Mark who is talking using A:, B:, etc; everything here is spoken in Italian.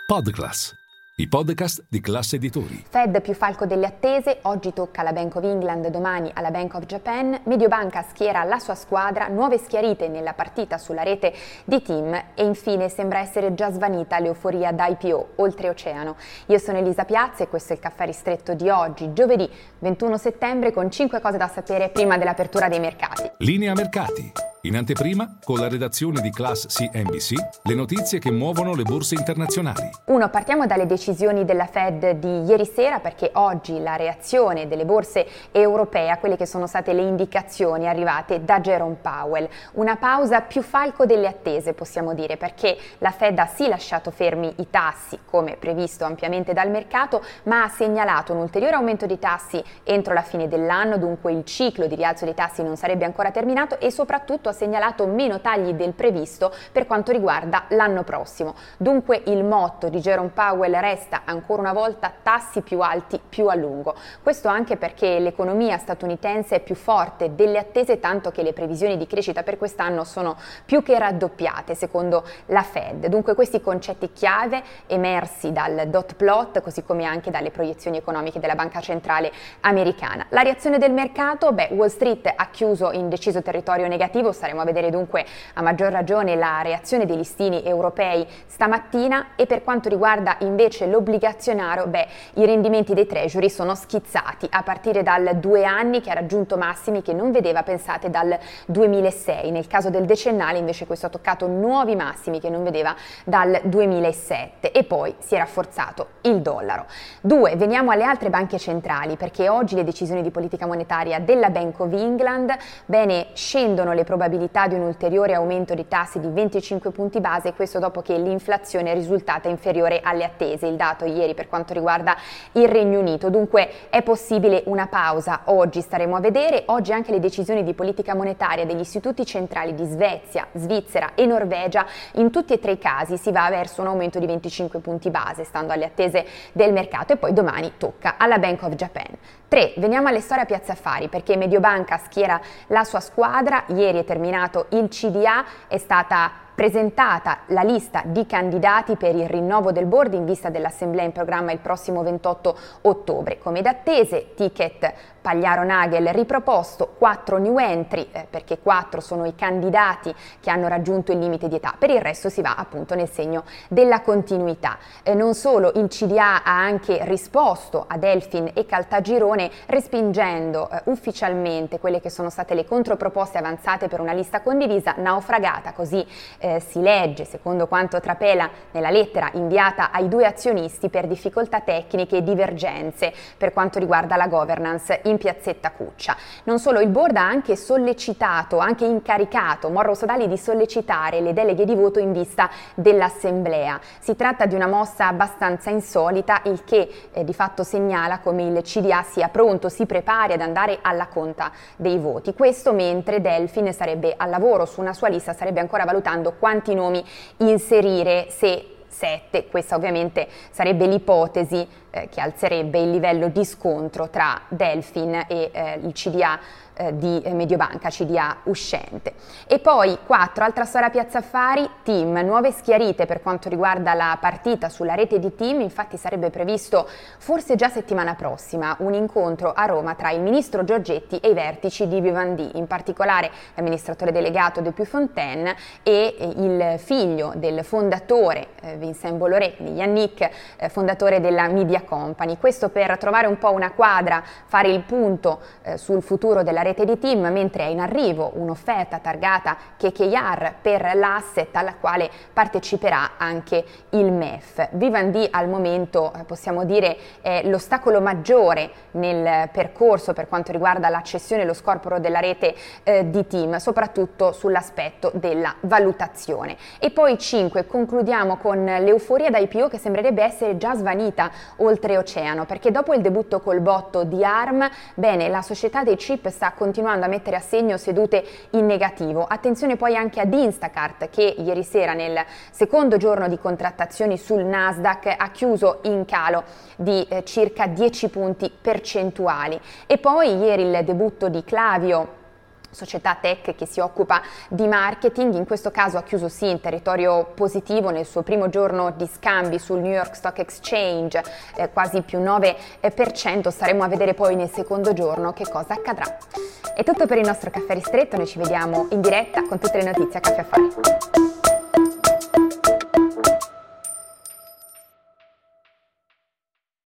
A: Podclass, i podcast di Class Editori.
B: Fed più falco delle attese, oggi tocca alla Bank of England, domani alla Bank of Japan. Mediobanca schiera la sua squadra, nuove schiarite nella partita sulla rete di TIM e infine sembra essere già svanita l'euforia da IPO oltreoceano. Io sono Elisa Piazza e questo è il caffè ristretto di oggi, giovedì 21 settembre, con 5 cose da sapere prima dell'apertura dei mercati.
A: Linea mercati. In anteprima, con la redazione di Class CNBC, le notizie che muovono le borse internazionali.
B: Partiamo dalle decisioni della Fed di ieri sera, perché oggi la reazione delle borse europee a quelle che sono state le indicazioni arrivate da Jerome Powell. Una pausa più falco delle attese, possiamo dire, perché la Fed ha sì lasciato fermi i tassi, come previsto ampiamente dal mercato, ma ha segnalato un ulteriore aumento di tassi entro la fine dell'anno, dunque il ciclo di rialzo dei tassi non sarebbe ancora terminato e soprattutto ha segnalato meno tagli del previsto per quanto riguarda l'anno prossimo. Dunque il motto di Jerome Powell resta ancora una volta tassi più alti più a lungo. Questo anche perché l'economia statunitense è più forte delle attese, tanto che le previsioni di crescita per quest'anno sono più che raddoppiate secondo la Fed. Dunque questi concetti chiave emersi dal dot plot, così come anche dalle proiezioni economiche della Banca Centrale Americana. La reazione del mercato? Wall Street ha chiuso in deciso territorio negativo. Staremo a vedere dunque a maggior ragione la reazione dei listini europei stamattina, e per quanto riguarda invece l'obbligazionario, i rendimenti dei treasury sono schizzati a partire dal 2 anni, che ha raggiunto massimi che non vedeva, pensate, dal 2006. Nel caso del decennale invece questo ha toccato nuovi massimi che non vedeva dal 2007 e poi si è rafforzato il dollaro. Veniamo alle altre banche centrali, perché oggi le decisioni di politica monetaria della Bank of England, scendono le probabilità di un ulteriore aumento di tassi di 25 punti base, questo dopo che l'inflazione è risultata inferiore alle attese, il dato ieri per quanto riguarda il Regno Unito. Dunque è possibile una pausa, oggi staremo a vedere. Oggi anche le decisioni di politica monetaria degli istituti centrali di Svezia, Svizzera e Norvegia, in tutti e tre i casi si va verso un aumento di 25 punti base, stando alle attese del mercato, e poi domani tocca alla Bank of Japan. Veniamo alle storie a Piazza Affari, perché Mediobanca schiera la sua squadra. Ieri è terminato il CDA, è stata presentata la lista di candidati per il rinnovo del board in vista dell'assemblea in programma il prossimo 28 ottobre. Come d'attese, ticket Pagliaro-Nagel riproposto, 4 new entry, perché 4 sono i candidati che hanno raggiunto il limite di età. Per il resto si va appunto nel segno della continuità. Non solo, il CDA ha anche risposto a Delfin e Caltagirone, respingendo ufficialmente quelle che sono state le controproposte avanzate per una lista condivisa, naufragata, così si legge, secondo quanto trapela nella lettera inviata ai due azionisti, per difficoltà tecniche e divergenze per quanto riguarda la governance in piazzetta Cuccia. Non solo, il board ha anche sollecitato, anche incaricato Morro Sodali di sollecitare le deleghe di voto in vista dell'assemblea. Si tratta di una mossa abbastanza insolita, il che di fatto segnala come il CDA sia pronto, si prepari ad andare alla conta dei voti. Questo mentre Delfin sarebbe al lavoro su una sua lista, starebbe ancora valutando quanti nomi inserire, se 7. Questa ovviamente sarebbe l'ipotesi che alzerebbe il livello di scontro tra Delfin e il CDA di Mediobanca, CDA uscente. E poi 4, altra storia a Piazza Affari, TIM, nuove schiarite per quanto riguarda la partita sulla rete di TIM. Infatti sarebbe previsto, forse già settimana prossima, un incontro a Roma tra il ministro Giorgetti e i vertici di Vivendi, in particolare l'amministratore delegato De Puyfontaine e il figlio del fondatore Vincent Bolloré, di Yannick, fondatore della Media Company. Questo per trovare un po' una quadra, fare il punto sul futuro della rete di TIM, mentre è in arrivo un'offerta targata KKR per l'asset, alla quale parteciperà anche il MEF. Vivendi al momento possiamo dire è l'ostacolo maggiore nel percorso per quanto riguarda la cessione e lo scorporo della rete di TIM, soprattutto sull'aspetto della valutazione. E poi 5, concludiamo con l'euforia da IPO che sembrerebbe essere già svanita oltreoceano, perché dopo il debutto col botto di ARM, la società dei chip sta continuando a mettere a segno sedute in negativo. Attenzione poi anche ad Instacart, che ieri sera nel secondo giorno di contrattazioni sul Nasdaq ha chiuso in calo di circa 10 punti percentuali. E poi ieri il debutto di Klaviyo società tech che si occupa di marketing. In questo caso ha chiuso sì in territorio positivo nel suo primo giorno di scambi sul New York Stock Exchange, quasi più 9%. Staremo a vedere poi nel secondo giorno che cosa accadrà. È tutto per il nostro caffè ristretto, noi ci vediamo in diretta con tutte le notizie a Caffè Affari.